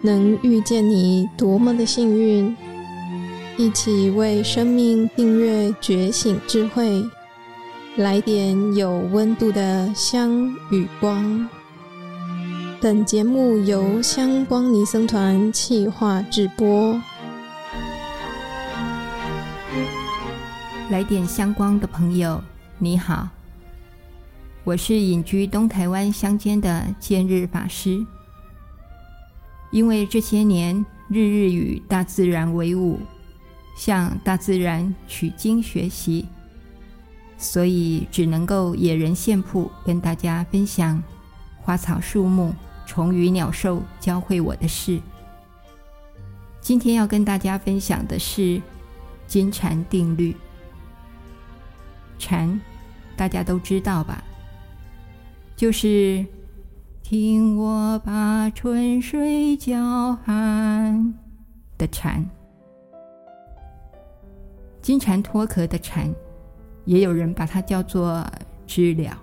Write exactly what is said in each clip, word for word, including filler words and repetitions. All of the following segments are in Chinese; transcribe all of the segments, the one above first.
能遇见你多么的幸运，一起为生命订阅觉醒智慧，来点有温度的香与光。本节目由香光尼僧团企划制播。 来点香光的朋友，你好，我是隐居东台湾乡间的见日法师。因为这些年日日与大自然为伍，向大自然取经学习，所以只能够野人献曝，跟大家分享花草树木、虫鱼鸟兽教会我的事。今天要跟大家分享的是金蝉定律。蝉大家都知道吧，就是听我把春水叫喊的蝉。金蝉脱壳的蝉，也有人把它叫做知了。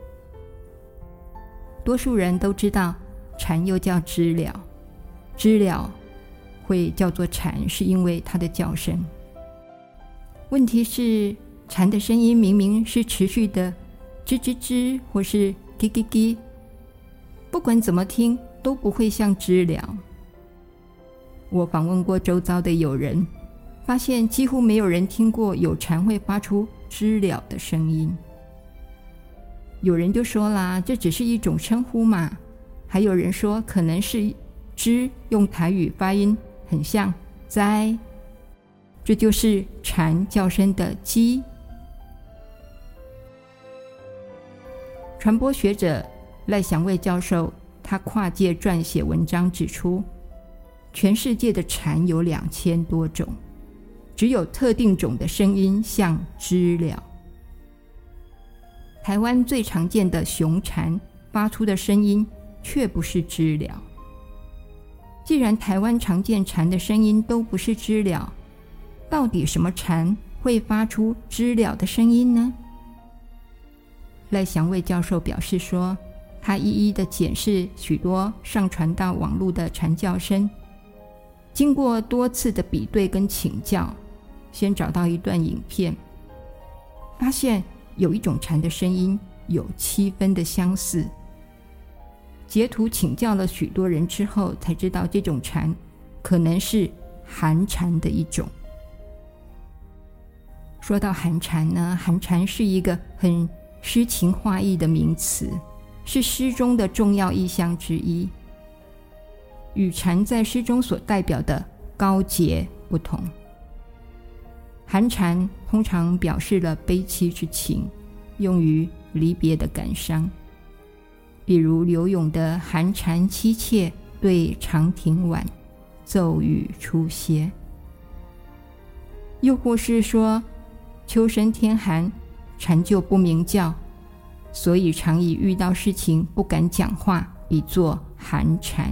多数人都知道蝉又叫知了，知了会叫做蝉，是因为它的叫声。问题是，蝉的声音明明是持续的吱吱吱或是叽叽叽，不管怎么听都不会像知了。我访问过周遭的友人，发现几乎没有人听过有蝉会发出知了的声音。有人就说啦，这只是一种称呼嘛。还有人说可能是知用台语发音很像哉，这就是蝉叫声的机。传播学者赖祥卫教授，他跨界撰写文章指出，全世界的蝉有两千多种，只有特定种的声音像知了。台湾最常见的雄蝉发出的声音却不是知了。既然台湾常见蝉的声音都不是知了，到底什么蝉会发出知了的声音呢？赖祥卫教授表示说，他一一的检视许多上传到网络的蝉叫声，经过多次的比对跟请教，先找到一段影片，发现有一种蝉的声音有七分的相似。截图请教了许多人之后，才知道这种蝉可能是寒蝉的一种。说到寒蝉呢，寒蝉是一个很诗情画意的名词，是诗中的重要意象之一。与蝉在诗中所代表的高洁不同，寒蝉通常表示了悲戚之情，用于离别的感伤。比如柳永的寒蝉凄切对长亭晚，骤雨初歇。又或是说，秋深天寒，蝉就不鸣叫，所以常以遇到事情不敢讲话比作寒蝉。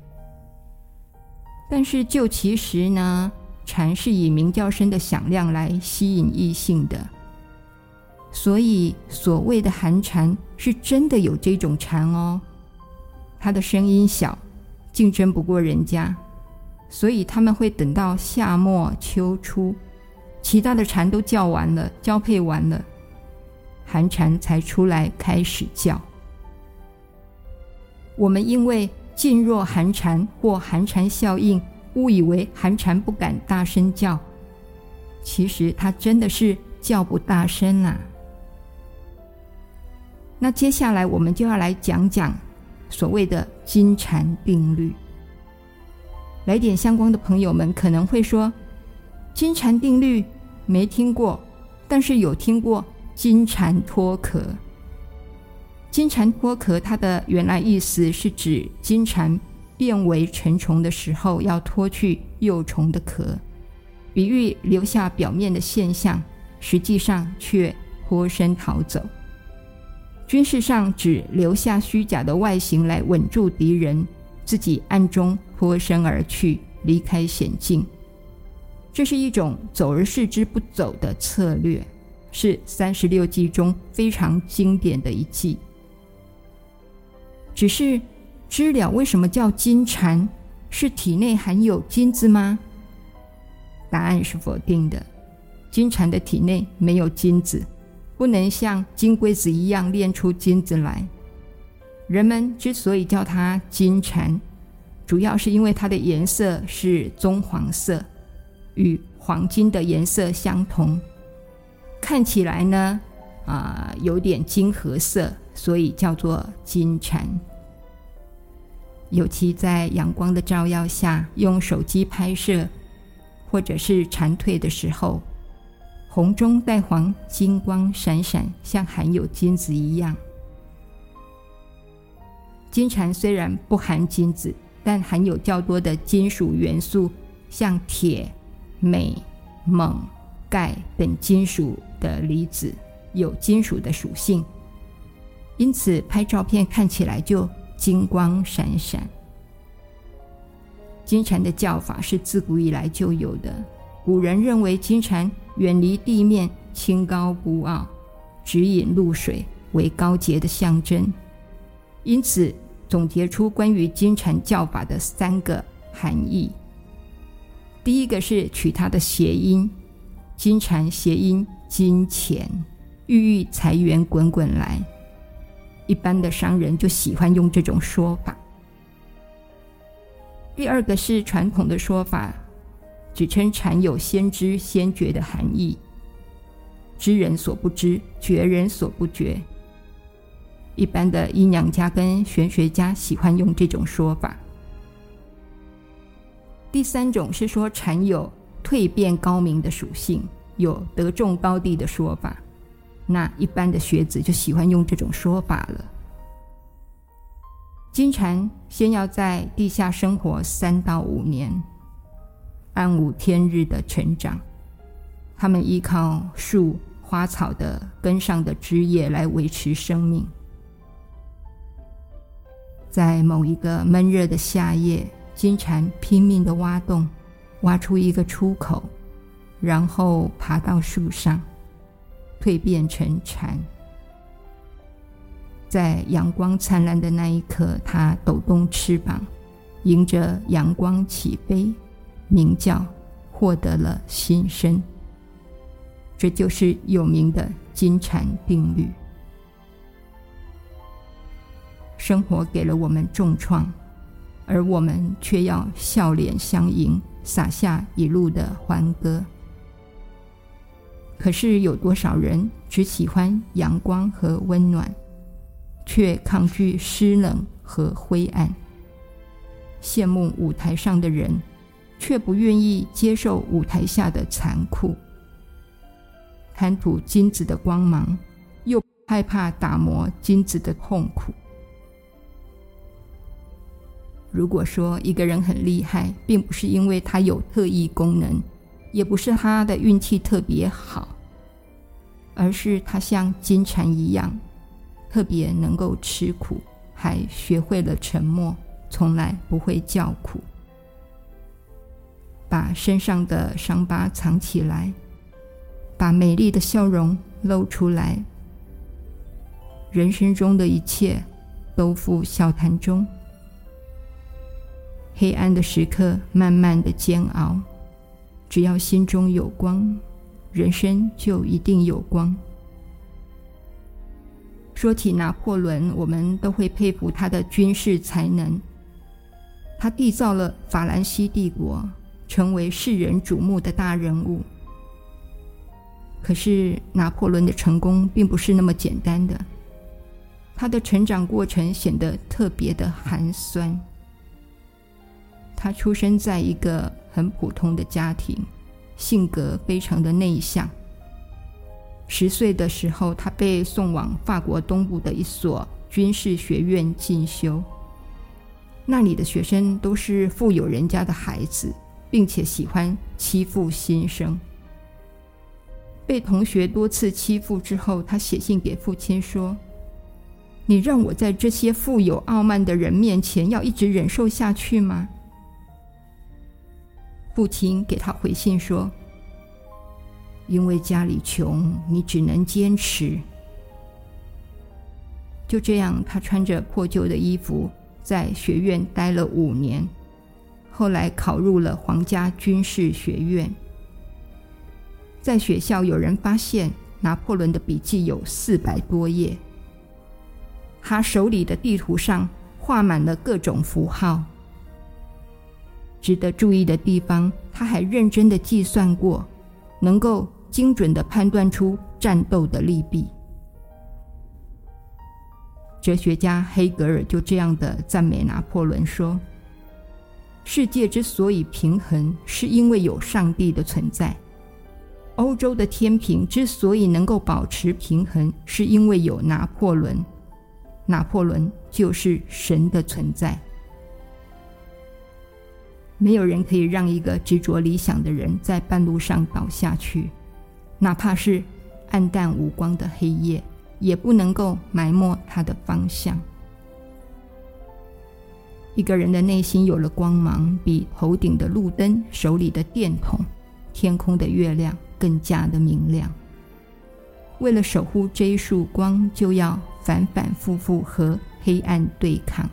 但是就其实呢，蝉是以鸣叫声的响亮来吸引异性的，所以所谓的寒蝉是真的有这种蝉哦。它的声音小，竞争不过人家，所以他们会等到夏末秋初，其他的蝉都叫完了，交配完了，寒蝉才出来开始叫。我们因为噤若寒蝉或寒蝉效应，误以为寒蝉不敢大声叫，其实它真的是叫不大声啦。那接下来我们就要来讲讲所谓的金蝉定律。来点相关的朋友们可能会说，金蝉定律没听过，但是有听过金蝉脱壳。金蝉脱壳它的原来意思是指金蝉变为成虫的时候要脱去幼虫的壳，比喻留下表面的现象，实际上却脱身逃走。军事上只留下虚假的外形来稳住敌人，自己暗中脱身而去，离开险境。这是一种走而视之不走的策略，是三十六计中非常经典的一计。只是知了为什么叫金蝉， 是体内含有金子吗？答案是否定的。金蝉的体内没有金子，不能像金龟子一样炼出金子来。人们之所以叫它金蝉，主要是因为它的颜色是棕黄色，与黄金的颜色相同，看起来呢、呃、有点金褐色，所以叫做金蝉。尤其在阳光的照耀下，用手机拍摄或者是蝉蜕的时候，红中带黄，金光闪闪，像含有金子一样。金蝉虽然不含金子，但含有较多的金属元素，像铁、镁、锰、钙等金属的离子，有金属的属性，因此拍照片看起来就金光闪闪。金蝉的叫法是自古以来就有的，古人认为金蝉远离地面，清高孤傲，只饮露水，为高洁的象征，因此总结出关于金蝉叫法的三个含义。第一个是取它的谐音，金蝉谐音金钱，寓意财源滚滚来，一般的商人就喜欢用这种说法。第二个是传统的说法，指称蝉有先知先觉的含义，知人所不知，觉人所不觉。一般的阴阳家跟玄学家喜欢用这种说法。第三种是说蝉有蜕变高明的属性，有得中高低的说法，那一般的学子就喜欢用这种说法了。金蝉先要在地下生活三到五年，暗无天日的成长，它们依靠树花草的根上的枝叶来维持生命。在某一个闷热的夏夜，金蝉拼命地挖洞，挖出一个出口，然后爬到树上，蜕变成蝉。在阳光灿烂的那一刻，它抖动翅膀，迎着阳光起飞，鸣叫，获得了新生。这就是有名的金蝉定律。生活给了我们重创，而我们却要笑脸相迎，洒下一路的欢歌。可是有多少人只喜欢阳光和温暖，却抗拒湿冷和灰暗，羡慕舞台上的人，却不愿意接受舞台下的残酷，贪图金子的光芒，又害怕打磨金子的痛苦。如果说一个人很厉害，并不是因为他有特异功能，也不是他的运气特别好，而是他像金蝉一样，特别能够吃苦，还学会了沉默，从来不会叫苦。把身上的伤疤藏起来，把美丽的笑容露出来，人生中的一切都付笑谈中。黑暗的时刻慢慢的煎熬，只要心中有光，人生就一定有光。说起拿破仑，我们都会佩服他的军事才能。他缔造了法兰西帝国，成为世人瞩目的大人物。可是拿破仑的成功并不是那么简单的，他的成长过程显得特别的寒酸。他出生在一个很普通的家庭，性格非常的内向。十岁的时候，他被送往法国东部的一所军事学院进修。那里的学生都是富有人家的孩子，并且喜欢欺负新生。被同学多次欺负之后，他写信给父亲说：“你让我在这些富有傲慢的人面前要一直忍受下去吗？”父亲给他回信说：“因为家里穷，你只能坚持。”就这样，他穿着破旧的衣服在学院待了五年， 后来考入了皇家军事学院。在学校有人发现拿破仑的笔记有四百多页，他手里的地图上画满了各种符号。值得注意的地方，他还认真地计算过，能够精准地判断出战斗的利弊。哲学家黑格尔就这样的赞美拿破仑说，世界之所以平衡，是因为有上帝的存在。欧洲的天平之所以能够保持平衡，是因为有拿破仑。拿破仑就是神的存在。没有人可以让一个执着理想的人在半路上倒下去，哪怕是暗淡无光的黑夜，也不能够埋没他的方向。一个人的内心有了光芒，比头顶的路灯、手里的电筒、天空的月亮更加的明亮。为了守护这一束光，就要反反复复和黑暗对抗。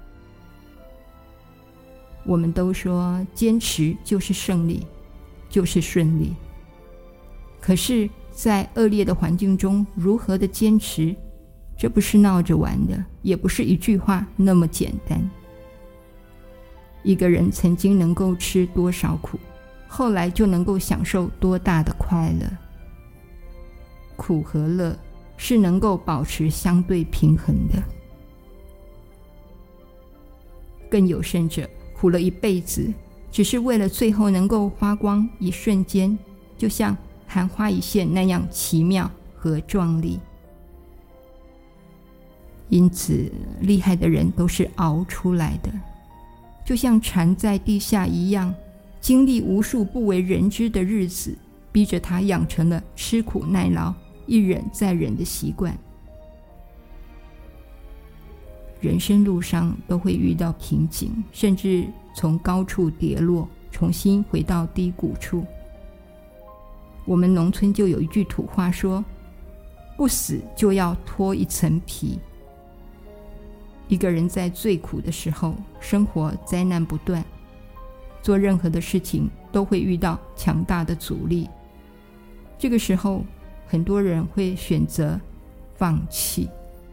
我们都说坚持就是胜利，就是顺利。可是在恶劣的环境中，如何的坚持，这不是闹着玩的，也不是一句话那么简单。一个人曾经能够吃多少苦，后来就能够享受多大的快乐。苦和乐是能够保持相对平衡的。更有甚者，苦了一辈子，只是为了最后能够发光一瞬间，就像昙花一现那样奇妙和壮丽。因此，厉害的人都是熬出来的，就像蝉在地下一样，经历无数不为人知的日子，逼着他养成了吃苦耐劳、一忍再忍的习惯。人生路上都会遇到瓶颈，甚至从高处跌落，重新回到低谷处。我们农村就有一句土话说，不死就要脱一层皮。一个人在最苦的时候，生活灾难不断，做任何的事情都会遇到强大的阻力。这个时候，很多人会选择放弃。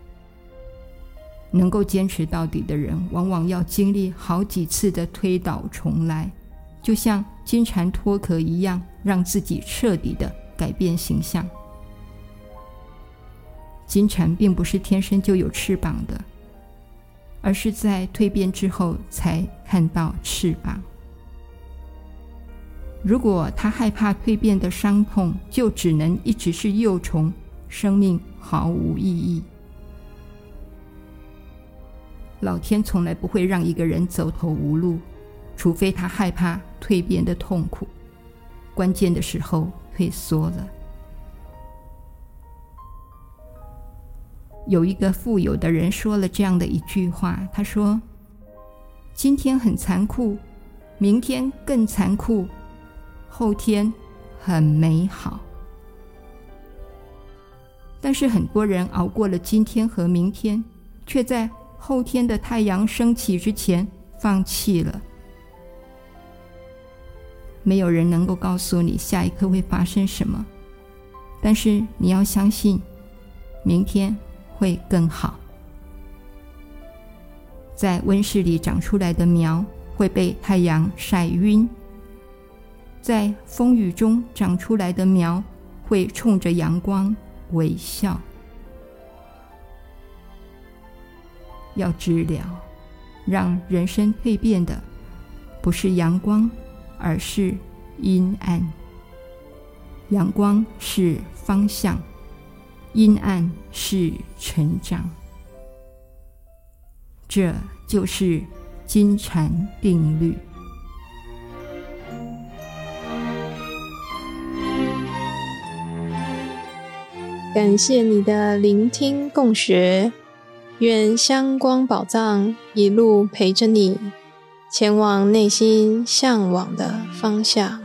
能够坚持到底的人，往往要经历好几次的推倒重来，就像金蝉脱壳一样，让自己彻底的改变形象。金蝉并不是天生就有翅膀的，而是在蜕变之后才看到翅膀。如果他害怕蜕变的伤痛，就只能一直是幼虫，生命毫无意义。老天从来不会让一个人走投无路，除非他害怕蜕变的痛苦，关键的时候退缩了。有一个富有的人说了这样的一句话，他说，今天很残酷，明天更残酷，后天很美好。但是很多人熬过了今天和明天，却在后天的太阳升起之前放弃了。没有人能够告诉你下一刻会发生什么，但是你要相信，明天会更好。在温室里长出来的苗会被太阳晒晕，在风雨中长出来的苗会冲着阳光微笑。要知了，让人生蜕变的不是阳光，而是阴暗。阳光是方向，阴暗是成长。这就是金蝉定律。 感谢你的聆听共学，愿香光宝藏一路陪着你，前往内心向往的方向。